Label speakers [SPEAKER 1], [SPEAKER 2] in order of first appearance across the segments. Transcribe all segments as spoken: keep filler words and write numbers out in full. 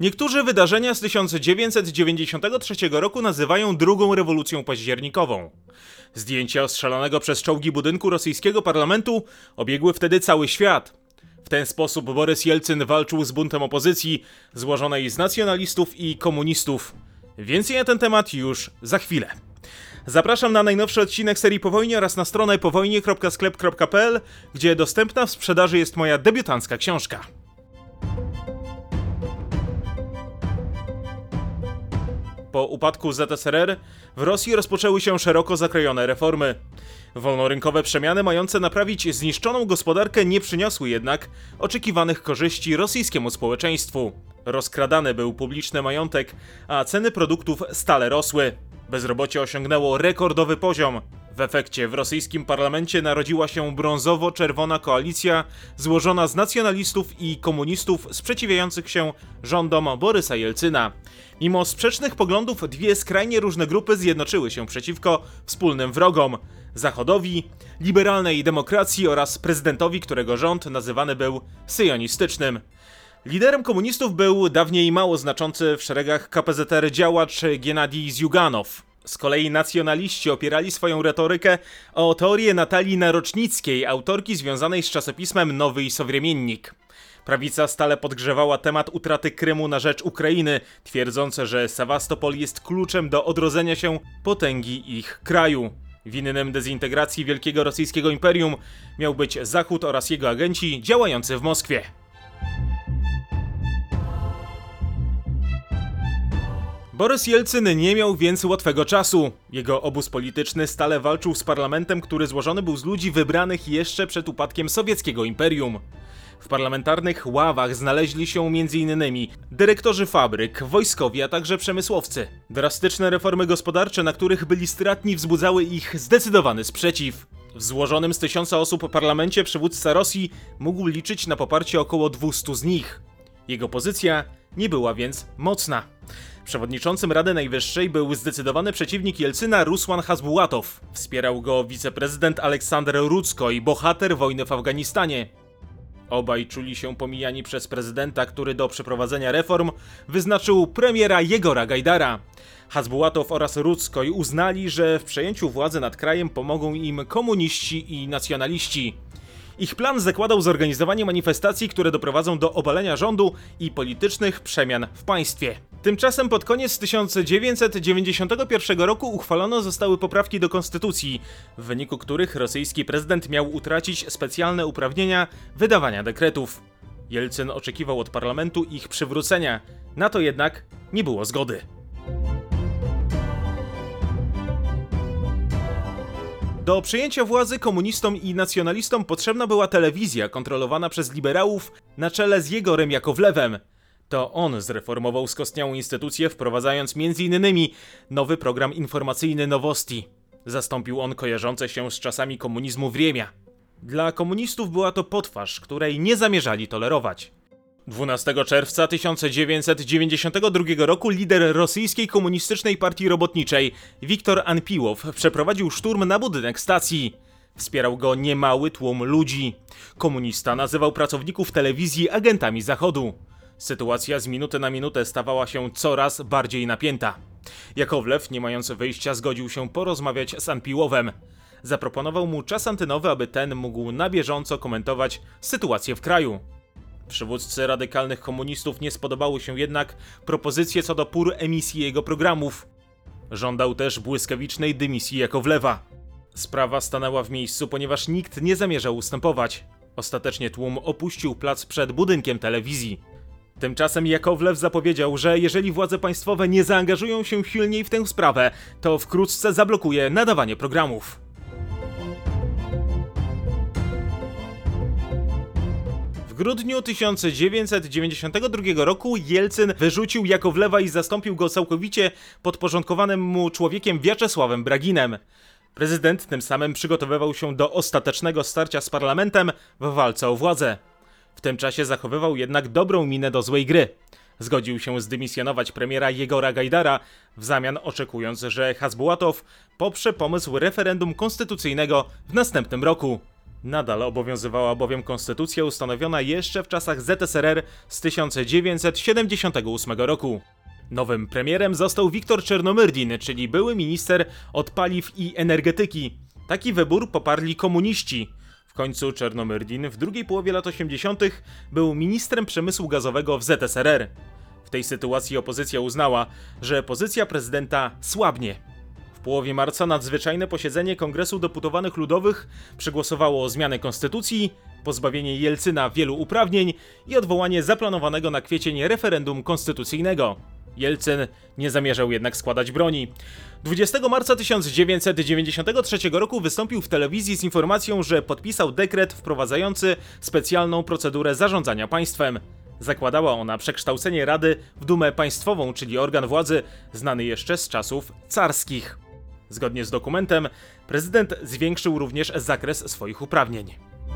[SPEAKER 1] Niektórzy wydarzenia z tysiąc dziewięćset dziewięćdziesiątego trzeciego roku nazywają drugą rewolucją październikową. Zdjęcia ostrzelonego przez czołgi budynku rosyjskiego parlamentu obiegły wtedy cały świat. W ten sposób Borys Jelcyn walczył z buntem opozycji, złożonej z nacjonalistów i komunistów. Więcej na ten temat już za chwilę. Zapraszam na najnowszy odcinek serii Po wojnie oraz na stronę powojnie kropka sklep kropka pe el, gdzie dostępna w sprzedaży jest moja debiutancka książka. Po upadku zet es er er w Rosji rozpoczęły się szeroko zakrojone reformy. Wolnorynkowe przemiany mające naprawić zniszczoną gospodarkę nie przyniosły jednak oczekiwanych korzyści rosyjskiemu społeczeństwu. Rozkradany był publiczny majątek, a ceny produktów stale rosły. Bezrobocie osiągnęło rekordowy poziom. W efekcie w rosyjskim parlamencie narodziła się brązowo-czerwona koalicja złożona z nacjonalistów i komunistów sprzeciwiających się rządom Borysa Jelcyna. Mimo sprzecznych poglądów dwie skrajnie różne grupy zjednoczyły się przeciwko wspólnym wrogom: Zachodowi, liberalnej demokracji oraz prezydentowi, którego rząd nazywany był syjonistycznym. Liderem komunistów był dawniej mało znaczący w szeregach ka pe zet er działacz Giennadij Ziuganow. Z kolei nacjonaliści opierali swoją retorykę o teorię Natalii Narocznickiej, autorki związanej z czasopismem Nowy Sowremiennik. Prawica stale podgrzewała temat utraty Krymu na rzecz Ukrainy, twierdząc, że Sewastopol jest kluczem do odrodzenia się potęgi ich kraju. Winnym dezintegracji wielkiego rosyjskiego imperium miał być Zachód oraz jego agenci działający w Moskwie. Borys Jelcyn nie miał więc łatwego czasu. Jego obóz polityczny stale walczył z parlamentem, który złożony był z ludzi wybranych jeszcze przed upadkiem sowieckiego imperium. W parlamentarnych ławach znaleźli się między innymi dyrektorzy fabryk, wojskowi, a także przemysłowcy. Drastyczne reformy gospodarcze, na których byli stratni, wzbudzały ich zdecydowany sprzeciw. W złożonym z tysiąca osób parlamencie przywódca Rosji mógł liczyć na poparcie około dwustu z nich. Jego pozycja nie była więc mocna. Przewodniczącym Rady Najwyższej był zdecydowany przeciwnik Jelcyna Rusłan Chasbułatow. Wspierał go wiceprezydent Aleksander Ruckoj, bohater wojny w Afganistanie. Obaj czuli się pomijani przez prezydenta, który do przeprowadzenia reform wyznaczył premiera Jegora Gajdara. Chasbułatow oraz Ruckoj uznali, że w przejęciu władzy nad krajem pomogą im komuniści i nacjonaliści. Ich plan zakładał zorganizowanie manifestacji, które doprowadzą do obalenia rządu i politycznych przemian w państwie. Tymczasem pod koniec tysiąc dziewięćset dziewięćdziesiątego pierwszego roku uchwalone zostały poprawki do konstytucji, w wyniku których rosyjski prezydent miał utracić specjalne uprawnienia wydawania dekretów. Jelcyn oczekiwał od parlamentu ich przywrócenia, na to jednak nie było zgody. Do przejęcia władzy komunistom i nacjonalistom potrzebna była telewizja kontrolowana przez liberałów na czele z Jegorem Jakowlewem. To on zreformował skostniałą instytucję, wprowadzając między innymi nowy program informacyjny Nowosti. Zastąpił on kojarzące się z czasami komunizmu Wriemia. Dla komunistów była to potwarz, której nie zamierzali tolerować. dwunastego czerwca tysiąc dziewięćset dziewięćdziesiątego drugiego roku lider rosyjskiej komunistycznej partii robotniczej Wiktor Anpiłow przeprowadził szturm na budynek stacji. Wspierał go niemały tłum ludzi. Komunista nazywał pracowników telewizji agentami Zachodu. Sytuacja z minuty na minutę stawała się coraz bardziej napięta. Jakowlew, nie mając wyjścia, zgodził się porozmawiać z Anpiłowem. Zaproponował mu czas antenowy, aby ten mógł na bieżąco komentować sytuację w kraju. Przywódcy radykalnych komunistów nie spodobały się jednak propozycje co do pór emisji jego programów. Żądał też błyskawicznej dymisji Jakowlewa. Sprawa stanęła w miejscu, ponieważ nikt nie zamierzał ustępować. Ostatecznie tłum opuścił plac przed budynkiem telewizji. Tymczasem Jakowlew zapowiedział, że jeżeli władze państwowe nie zaangażują się silniej w tę sprawę, to wkrótce zablokuje nadawanie programów. W grudniu tysiąc dziewięćset dziewięćdziesiątego drugiego roku Jelcyn wyrzucił Jakowlewa i zastąpił go całkowicie podporządkowanym mu człowiekiem Wiaczesławem Braginem. Prezydent tym samym przygotowywał się do ostatecznego starcia z parlamentem w walce o władzę. W tym czasie zachowywał jednak dobrą minę do złej gry. Zgodził się zdymisjonować premiera Jegora Gajdara, w zamian oczekując, że Chasbułatow poprze pomysł referendum konstytucyjnego w następnym roku. Nadal obowiązywała bowiem konstytucja ustanowiona jeszcze w czasach Z S R R z tysiąc dziewięćset siedemdziesiątego ósmego roku. Nowym premierem został Wiktor Czernomyrdin, czyli były minister od paliw i energetyki. Taki wybór poparli komuniści. W końcu Czernomyrdin w drugiej połowie lat osiemdziesiątych był ministrem przemysłu gazowego w Z S R R. W tej sytuacji opozycja uznała, że pozycja prezydenta słabnie. W połowie marca nadzwyczajne posiedzenie Kongresu Deputowanych Ludowych przegłosowało zmianę konstytucji, pozbawienie Jelcyna wielu uprawnień i odwołanie zaplanowanego na kwiecień referendum konstytucyjnego. Jelcyn nie zamierzał jednak składać broni. dwudziestego marca tysiąc dziewięćset dziewięćdziesiątego trzeciego roku wystąpił w telewizji z informacją, że podpisał dekret wprowadzający specjalną procedurę zarządzania państwem. Zakładała ona przekształcenie Rady w Dumę Państwową, czyli organ władzy znany jeszcze z czasów carskich. Zgodnie z dokumentem, prezydent zwiększył również zakres swoich uprawnień.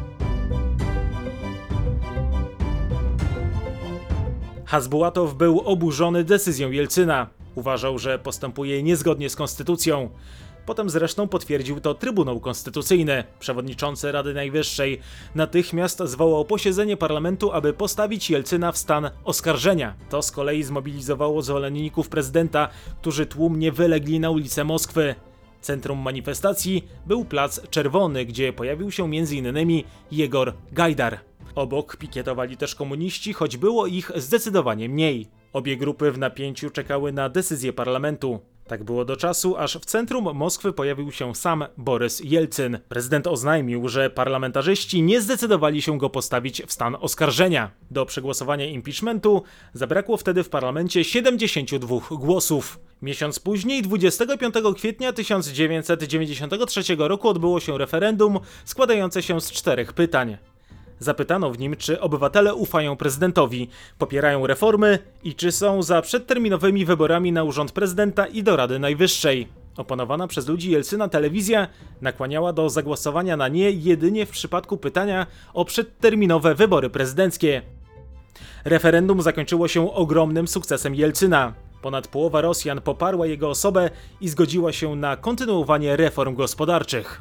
[SPEAKER 1] Hasbułatow był oburzony decyzją Jelcyna. Uważał, że postępuje niezgodnie z konstytucją. Potem zresztą potwierdził to Trybunał Konstytucyjny. Przewodniczący Rady Najwyższej natychmiast zwołał posiedzenie parlamentu, aby postawić Jelcyna w stan oskarżenia. To z kolei zmobilizowało zwolenników prezydenta, którzy tłumnie wylegli na ulice Moskwy. Centrum manifestacji był Plac Czerwony, gdzie pojawił się między innymi Jegor Gajdar. Obok pikietowali też komuniści, choć było ich zdecydowanie mniej. Obie grupy w napięciu czekały na decyzję parlamentu. Tak było do czasu, aż w centrum Moskwy pojawił się sam Borys Jelcyn. Prezydent oznajmił, że parlamentarzyści nie zdecydowali się go postawić w stan oskarżenia. Do przegłosowania impeachmentu zabrakło wtedy w parlamencie siedemdziesięciu dwóch głosów. Miesiąc później, dwudziestego piątego kwietnia tysiąc dziewięćset dziewięćdziesiątego trzeciego roku odbyło się referendum składające się z czterech pytań. Zapytano w nim, czy obywatele ufają prezydentowi, popierają reformy i czy są za przedterminowymi wyborami na urząd prezydenta i do Rady Najwyższej. Oponowana przez ludzi Jelcyna telewizja nakłaniała do zagłosowania na nie jedynie w przypadku pytania o przedterminowe wybory prezydenckie. Referendum zakończyło się ogromnym sukcesem Jelcyna. Ponad połowa Rosjan poparła jego osobę i zgodziła się na kontynuowanie reform gospodarczych.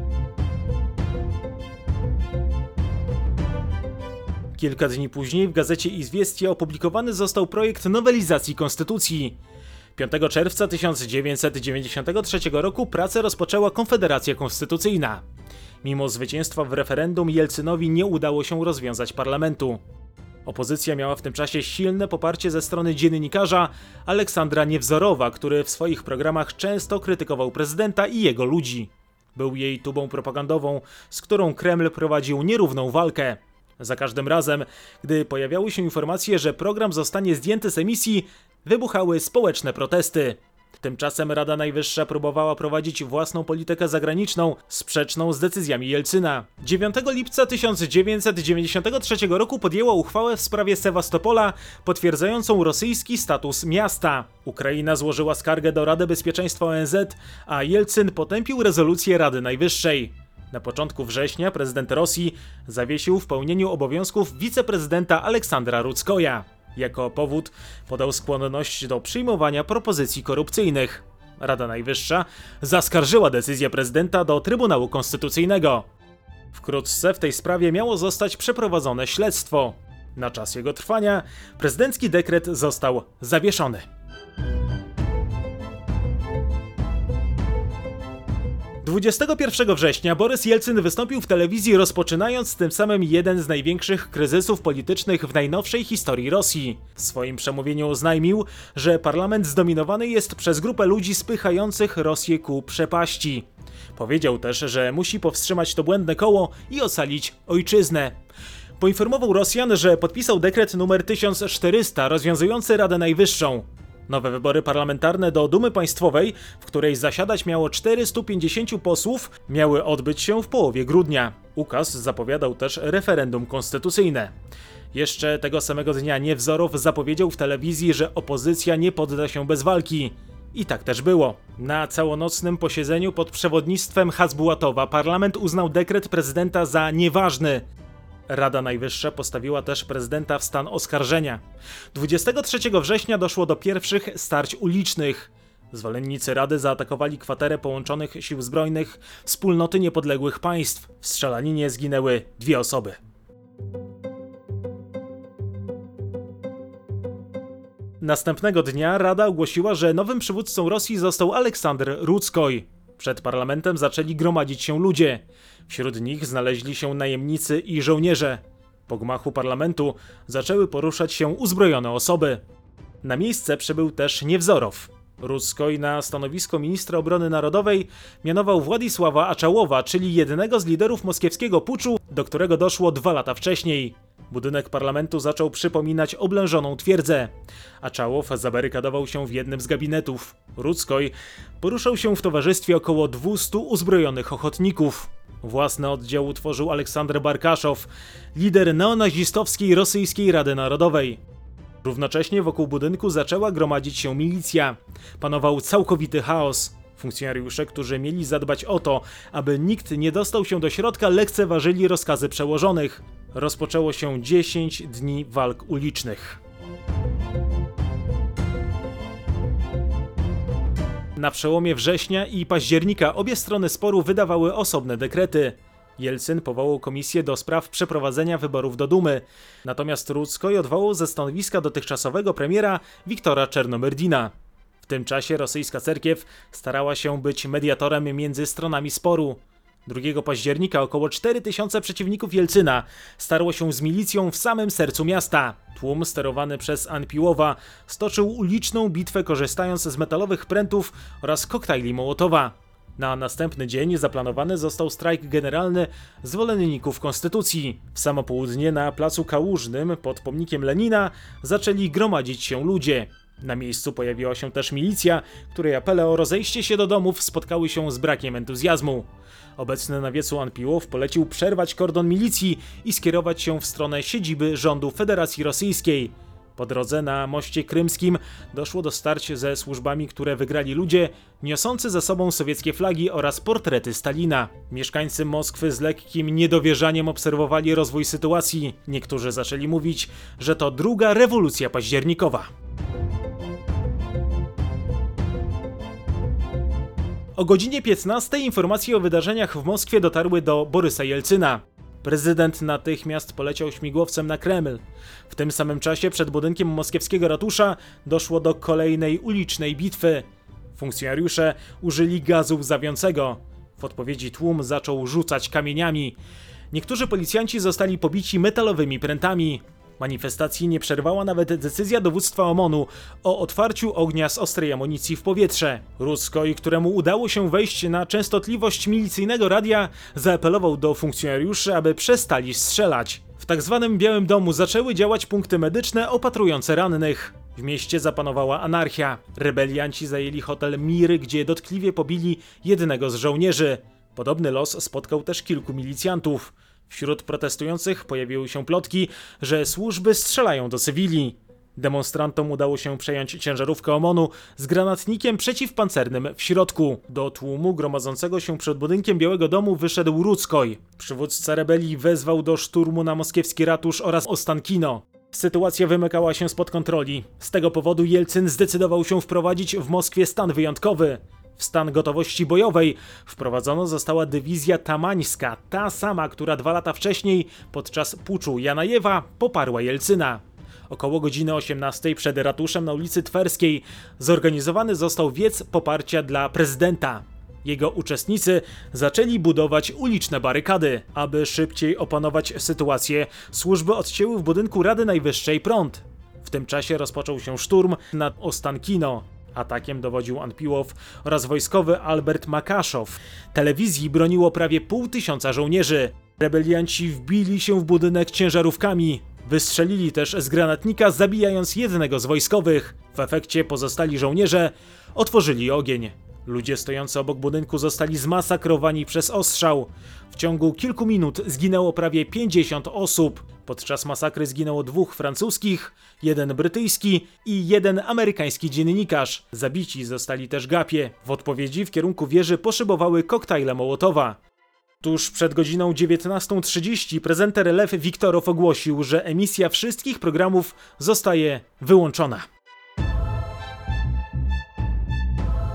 [SPEAKER 1] Kilka dni później w gazecie Izwiestia opublikowany został projekt nowelizacji konstytucji. piątego czerwca tysiąc dziewięćset dziewięćdziesiątego trzeciego roku pracę rozpoczęła Konfederacja Konstytucyjna. Mimo zwycięstwa w referendum Jelcynowi nie udało się rozwiązać parlamentu. Opozycja miała w tym czasie silne poparcie ze strony dziennikarza Aleksandra Niewzorowa, który w swoich programach często krytykował prezydenta i jego ludzi. Był jej tubą propagandową, z którą Kreml prowadził nierówną walkę. Za każdym razem, gdy pojawiały się informacje, że program zostanie zdjęty z emisji, wybuchały społeczne protesty. Tymczasem Rada Najwyższa próbowała prowadzić własną politykę zagraniczną, sprzeczną z decyzjami Jelcyna. dziewiątego lipca tysiąc dziewięćset dziewięćdziesiątego trzeciego roku podjęła uchwałę w sprawie Sewastopola, potwierdzającą rosyjski status miasta. Ukraina złożyła skargę do Rady Bezpieczeństwa O N Z, a Jelcyn potępił rezolucję Rady Najwyższej. Na początku września prezydent Rosji zawiesił w pełnieniu obowiązków wiceprezydenta Aleksandra Rudzkoja. Jako powód podał skłonność do przyjmowania propozycji korupcyjnych. Rada Najwyższa zaskarżyła decyzję prezydenta do Trybunału Konstytucyjnego. Wkrótce w tej sprawie miało zostać przeprowadzone śledztwo. Na czas jego trwania prezydencki dekret został zawieszony. dwudziestego pierwszego września Borys Jelcyn wystąpił w telewizji, rozpoczynając tym samym jeden z największych kryzysów politycznych w najnowszej historii Rosji. W swoim przemówieniu oznajmił, że parlament zdominowany jest przez grupę ludzi spychających Rosję ku przepaści. Powiedział też, że musi powstrzymać to błędne koło i ocalić ojczyznę. Poinformował Rosjan, że podpisał dekret numer tysiąc czterysta rozwiązujący Radę Najwyższą. Nowe wybory parlamentarne do Dumy Państwowej, w której zasiadać miało czterystu pięćdziesięciu posłów, miały odbyć się w połowie grudnia. Ukaz zapowiadał też referendum konstytucyjne. Jeszcze tego samego dnia Niewzorow zapowiedział w telewizji, że opozycja nie podda się bez walki. I tak też było. Na całonocnym posiedzeniu pod przewodnictwem Hasbułatowa parlament uznał dekret prezydenta za nieważny. Rada Najwyższa postawiła też prezydenta w stan oskarżenia. dwudziestego trzeciego września doszło do pierwszych starć ulicznych. Zwolennicy Rady zaatakowali kwaterę połączonych sił zbrojnych Wspólnoty Niepodległych Państw. W strzelaninie zginęły dwie osoby. Następnego dnia Rada ogłosiła, że nowym przywódcą Rosji został Aleksandr Ruckoj. Przed parlamentem zaczęli gromadzić się ludzie. Wśród nich znaleźli się najemnicy i żołnierze. Po gmachu parlamentu zaczęły poruszać się uzbrojone osoby. Na miejsce przybył też Niewzorow. Ruckoj na stanowisko ministra obrony narodowej mianował Władysława Aczałowa, czyli jednego z liderów moskiewskiego puczu, do którego doszło dwa lata wcześniej. Budynek parlamentu zaczął przypominać oblężoną twierdzę. Aczałow zabarykadował się w jednym z gabinetów. Ruckoj poruszał się w towarzystwie około dwustu uzbrojonych ochotników. Własny oddział utworzył Aleksander Barkaszow, lider neonazistowskiej Rosyjskiej Rady Narodowej. Równocześnie wokół budynku zaczęła gromadzić się milicja. Panował całkowity chaos. Funkcjonariusze, którzy mieli zadbać o to, aby nikt nie dostał się do środka, lekceważyli rozkazy przełożonych. Rozpoczęło się dziesięć dni walk ulicznych. Na przełomie września i października obie strony sporu wydawały osobne dekrety. Jelcyn powołał komisję do spraw przeprowadzenia wyborów do Dumy, natomiast Ruckoj odwołał ze stanowiska dotychczasowego premiera Wiktora Czernomyrdina. W tym czasie rosyjska cerkiew starała się być mediatorem między stronami sporu. drugiego października około cztery tysiące przeciwników Jelcyna starło się z milicją w samym sercu miasta. Tłum sterowany przez Anpiłowa stoczył uliczną bitwę, korzystając z metalowych prętów oraz koktajli Mołotowa. Na następny dzień zaplanowany został strajk generalny zwolenników konstytucji. W samo południe na placu Kałużnym pod pomnikiem Lenina zaczęli gromadzić się ludzie. Na miejscu pojawiła się też milicja, której apele o rozejście się do domów spotkały się z brakiem entuzjazmu. Obecny na wiecu Anpiłow polecił przerwać kordon milicji i skierować się w stronę siedziby rządu Federacji Rosyjskiej. Po drodze na moście krymskim doszło do starć ze służbami, które wygrali ludzie niosący ze sobą sowieckie flagi oraz portrety Stalina. Mieszkańcy Moskwy z lekkim niedowierzaniem obserwowali rozwój sytuacji. Niektórzy zaczęli mówić, że to druga rewolucja październikowa. O godzinie piętnastej informacje o wydarzeniach w Moskwie dotarły do Borysa Jelcyna. Prezydent natychmiast poleciał śmigłowcem na Kreml. W tym samym czasie przed budynkiem moskiewskiego ratusza doszło do kolejnej ulicznej bitwy. Funkcjonariusze użyli gazu łzawiącego. W odpowiedzi tłum zaczął rzucać kamieniami. Niektórzy policjanci zostali pobici metalowymi prętami. Manifestacji nie przerwała nawet decyzja dowództwa O MON-u o otwarciu ognia z ostrej amunicji w powietrze. Ruckoj, któremu udało się wejść na częstotliwość milicyjnego radia, zaapelował do funkcjonariuszy, aby przestali strzelać. W tak zwanym Białym Domu zaczęły działać punkty medyczne opatrujące rannych. W mieście zapanowała anarchia. Rebelianci zajęli hotel Mir, gdzie dotkliwie pobili jednego z żołnierzy. Podobny los spotkał też kilku milicjantów. Wśród protestujących pojawiły się plotki, że służby strzelają do cywili. Demonstrantom udało się przejąć ciężarówkę O MON-u z granatnikiem przeciwpancernym w środku. Do tłumu gromadzącego się przed budynkiem Białego Domu wyszedł Ruckoj. Przywódca rebelii wezwał do szturmu na moskiewski ratusz oraz Ostankino. Sytuacja wymykała się spod kontroli. Z tego powodu Jelcyn zdecydował się wprowadzić w Moskwie stan wyjątkowy. W stan gotowości bojowej wprowadzona została dywizja tamańska, ta sama, która dwa lata wcześniej podczas puczu Janajewa poparła Jelcyna. Około godziny osiemnastej przed ratuszem na ulicy Twerskiej zorganizowany został wiec poparcia dla prezydenta. Jego uczestnicy zaczęli budować uliczne barykady. Aby szybciej opanować sytuację, służby odcięły w budynku Rady Najwyższej prąd. W tym czasie rozpoczął się szturm na Ostankino. Atakiem dowodził Anpiłow oraz wojskowy Albert Makaszow. Telewizji broniło prawie pół tysiąca żołnierzy. Rebelianci wbili się w budynek ciężarówkami. Wystrzelili też z granatnika, zabijając jednego z wojskowych. W efekcie pozostali żołnierze otworzyli ogień. Ludzie stojący obok budynku zostali zmasakrowani przez ostrzał. W ciągu kilku minut zginęło prawie pięćdziesiąt osób. Podczas masakry zginęło dwóch francuskich, jeden brytyjski i jeden amerykański dziennikarz. Zabici zostali też gapie. W odpowiedzi w kierunku wieży poszybowały koktajle Mołotowa. Tuż przed godziną dziewiętnastą trzydzieści prezenter Lew Wiktorow ogłosił, że emisja wszystkich programów zostaje wyłączona.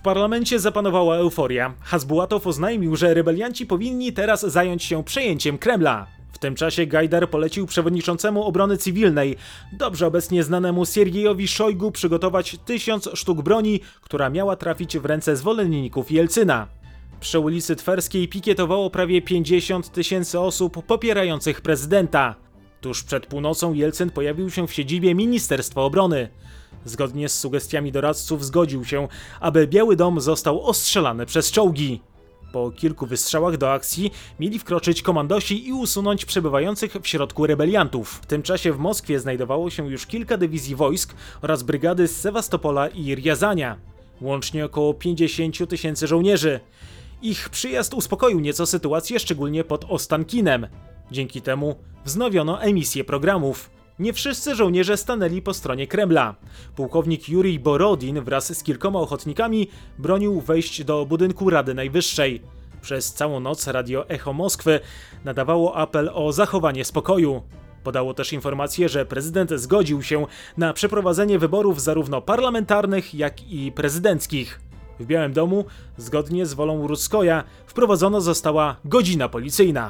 [SPEAKER 1] parlamencie zapanowała euforia. Hasbułatow oznajmił, że rebelianci powinni teraz zająć się przejęciem Kremla. W tym czasie Gajdar polecił przewodniczącemu obrony cywilnej, dobrze obecnie znanemu Siergiejowi Szojgu, przygotować tysiąc sztuk broni, która miała trafić w ręce zwolenników Jelcyna. Przy ulicy Twerskiej pikietowało prawie pięćdziesiąt tysięcy osób popierających prezydenta. Tuż przed północą Jelcyn pojawił się w siedzibie Ministerstwa Obrony. Zgodnie z sugestiami doradców zgodził się, aby Biały Dom został ostrzelany przez czołgi. Po kilku wystrzałach do akcji mieli wkroczyć komandosi i usunąć przebywających w środku rebeliantów. W tym czasie w Moskwie znajdowało się już kilka dywizji wojsk oraz brygady z Sewastopola i Riazania. Łącznie około pięćdziesiąt tysięcy żołnierzy. Ich przyjazd uspokoił nieco sytuację, szczególnie pod Ostankinem. Dzięki temu wznowiono emisję programów. Nie wszyscy żołnierze stanęli po stronie Kremla. Pułkownik Jurij Borodin wraz z kilkoma ochotnikami bronił wejść do budynku Rady Najwyższej. Przez całą noc radio Echo Moskwy nadawało apel o zachowanie spokoju. Podało też informację, że prezydent zgodził się na przeprowadzenie wyborów zarówno parlamentarnych, jak i prezydenckich. W Białym Domu, zgodnie z wolą Ruskoja, wprowadzona została godzina policyjna.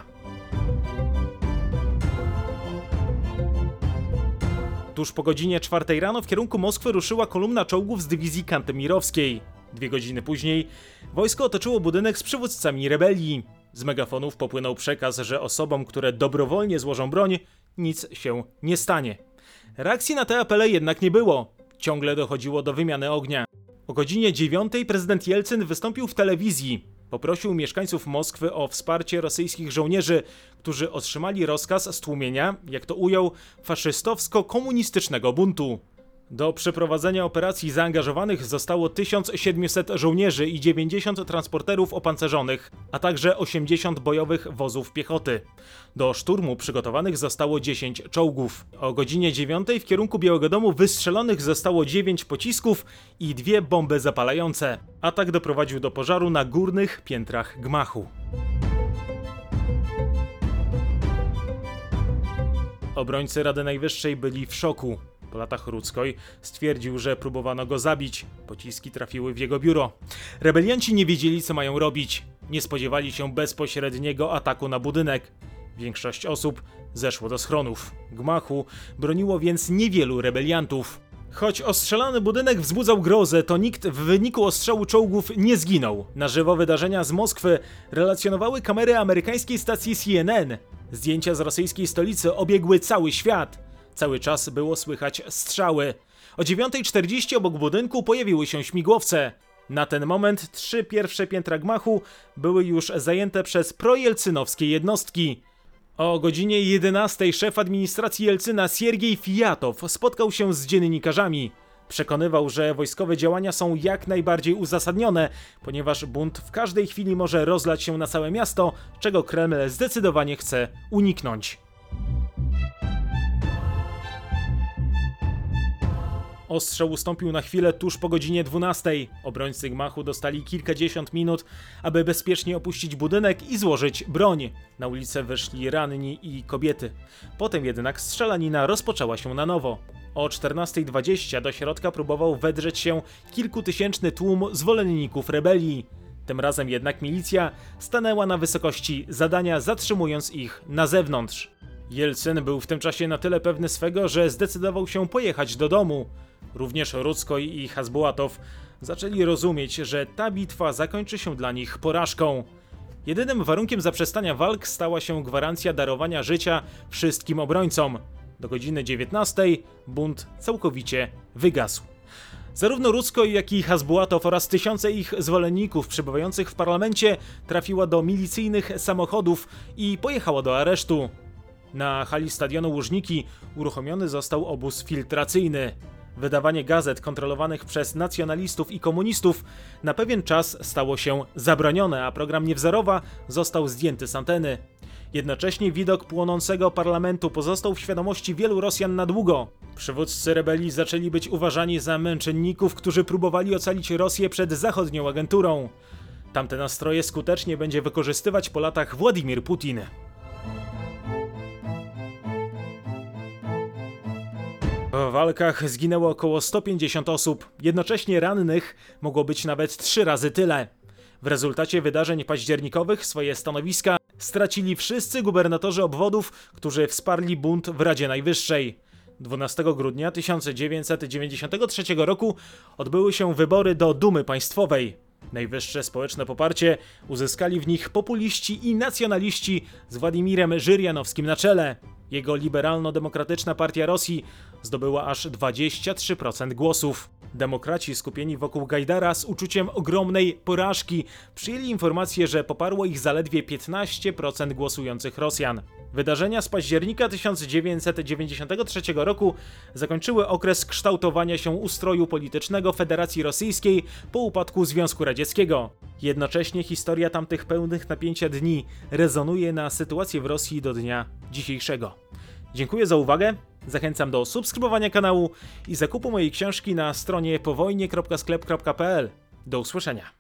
[SPEAKER 1] Tuż po godzinie czwartej rano w kierunku Moskwy ruszyła kolumna czołgów z dywizji Kantemirowskiej. Dwie godziny później wojsko otoczyło budynek z przywódcami rebelii. Z megafonów popłynął przekaz, że osobom, które dobrowolnie złożą broń, nic się nie stanie. Reakcji na te apele jednak nie było. Ciągle dochodziło do wymiany ognia. O godzinie dziewiątej prezydent Jelcyn wystąpił w telewizji. Poprosił mieszkańców Moskwy o wsparcie rosyjskich żołnierzy, którzy otrzymali rozkaz stłumienia, jak to ujął, faszystowsko-komunistycznego buntu. Do przeprowadzenia operacji zaangażowanych zostało tysiąc siedemset żołnierzy i dziewięćdziesiąt transporterów opancerzonych, a także osiemdziesiąt bojowych wozów piechoty. Do szturmu przygotowanych zostało dziesięć czołgów. O godzinie dziewiątej w kierunku Białego Domu wystrzelonych zostało dziewięć pocisków i dwie bomby zapalające. Atak doprowadził do pożaru na górnych piętrach gmachu. Obrońcy Rady Najwyższej byli w szoku. Po latach Ruckoj stwierdził, że próbowano go zabić. Pociski trafiły w jego biuro. Rebelianci nie wiedzieli, co mają robić. Nie spodziewali się bezpośredniego ataku na budynek. Większość osób zeszło do schronów. Gmachu broniło więc niewielu rebeliantów. Choć ostrzelany budynek wzbudzał grozę, to nikt w wyniku ostrzału czołgów nie zginął. Na żywo wydarzenia z Moskwy relacjonowały kamery amerykańskiej stacji C N N. Zdjęcia z rosyjskiej stolicy obiegły cały świat. Cały czas było słychać strzały. O dziewiątej czterdzieści obok budynku pojawiły się śmigłowce. Na ten moment trzy pierwsze piętra gmachu były już zajęte przez projelcynowskie jednostki. O godzinie jedenastej szef administracji Jelcyna Siergiej Fijatow spotkał się z dziennikarzami. Przekonywał, że wojskowe działania są jak najbardziej uzasadnione, ponieważ bunt w każdej chwili może rozlać się na całe miasto, czego Kreml zdecydowanie chce uniknąć. Ostrzał ustąpił na chwilę tuż po godzinie dwunastej. Obrońcy gmachu dostali kilkadziesiąt minut, aby bezpiecznie opuścić budynek i złożyć broń. Na ulicę wyszli ranni i kobiety. Potem jednak strzelanina rozpoczęła się na nowo. O czternastej dwadzieścia do środka próbował wedrzeć się kilkutysięczny tłum zwolenników rebelii. Tym razem jednak milicja stanęła na wysokości zadania, zatrzymując ich na zewnątrz. Jelcyn był w tym czasie na tyle pewny swego, że zdecydował się pojechać do domu. Również Ruckoj i Hasbułatow zaczęli rozumieć, że ta bitwa zakończy się dla nich porażką. Jedynym warunkiem zaprzestania walk stała się gwarancja darowania życia wszystkim obrońcom. Do godziny dziewiętnastej bunt całkowicie wygasł. Zarówno Ruckoj, jak i Hasbułatow oraz tysiące ich zwolenników przebywających w parlamencie trafiła do milicyjnych samochodów i pojechała do aresztu. Na hali stadionu Łużniki uruchomiony został obóz filtracyjny. Wydawanie gazet kontrolowanych przez nacjonalistów i komunistów na pewien czas stało się zabronione, a program Niewzorowa został zdjęty z anteny. Jednocześnie widok płonącego parlamentu pozostał w świadomości wielu Rosjan na długo. Przywódcy rebelii zaczęli być uważani za męczenników, którzy próbowali ocalić Rosję przed zachodnią agenturą. Tamte nastroje skutecznie będzie wykorzystywać po latach Władimir Putin. W walkach zginęło około sto pięćdziesiąt osób, jednocześnie rannych mogło być nawet trzy razy tyle. W rezultacie wydarzeń październikowych swoje stanowiska stracili wszyscy gubernatorzy obwodów, którzy wsparli bunt w Radzie Najwyższej. dwunastego grudnia tysiąc dziewięćset dziewięćdziesiątego trzeciego roku odbyły się wybory do Dumy Państwowej. Najwyższe społeczne poparcie uzyskali w nich populiści i nacjonaliści z Władimirem Żyrianowskim na czele. Jego liberalno-demokratyczna partia Rosji zdobyła aż dwadzieścia trzy procent głosów. Demokraci skupieni wokół Gajdara z uczuciem ogromnej porażki przyjęli informację, że poparło ich zaledwie piętnaście procent głosujących Rosjan. Wydarzenia z października tysiąc dziewięćset dziewięćdziesiątego trzeciego roku zakończyły okres kształtowania się ustroju politycznego Federacji Rosyjskiej po upadku Związku Radzieckiego. Jednocześnie historia tamtych pełnych napięcia dni rezonuje na sytuację w Rosji do dnia dzisiejszego. Dziękuję za uwagę, zachęcam do subskrybowania kanału i zakupu mojej książki na stronie powojnie kropka sklep kropka p l. Do usłyszenia.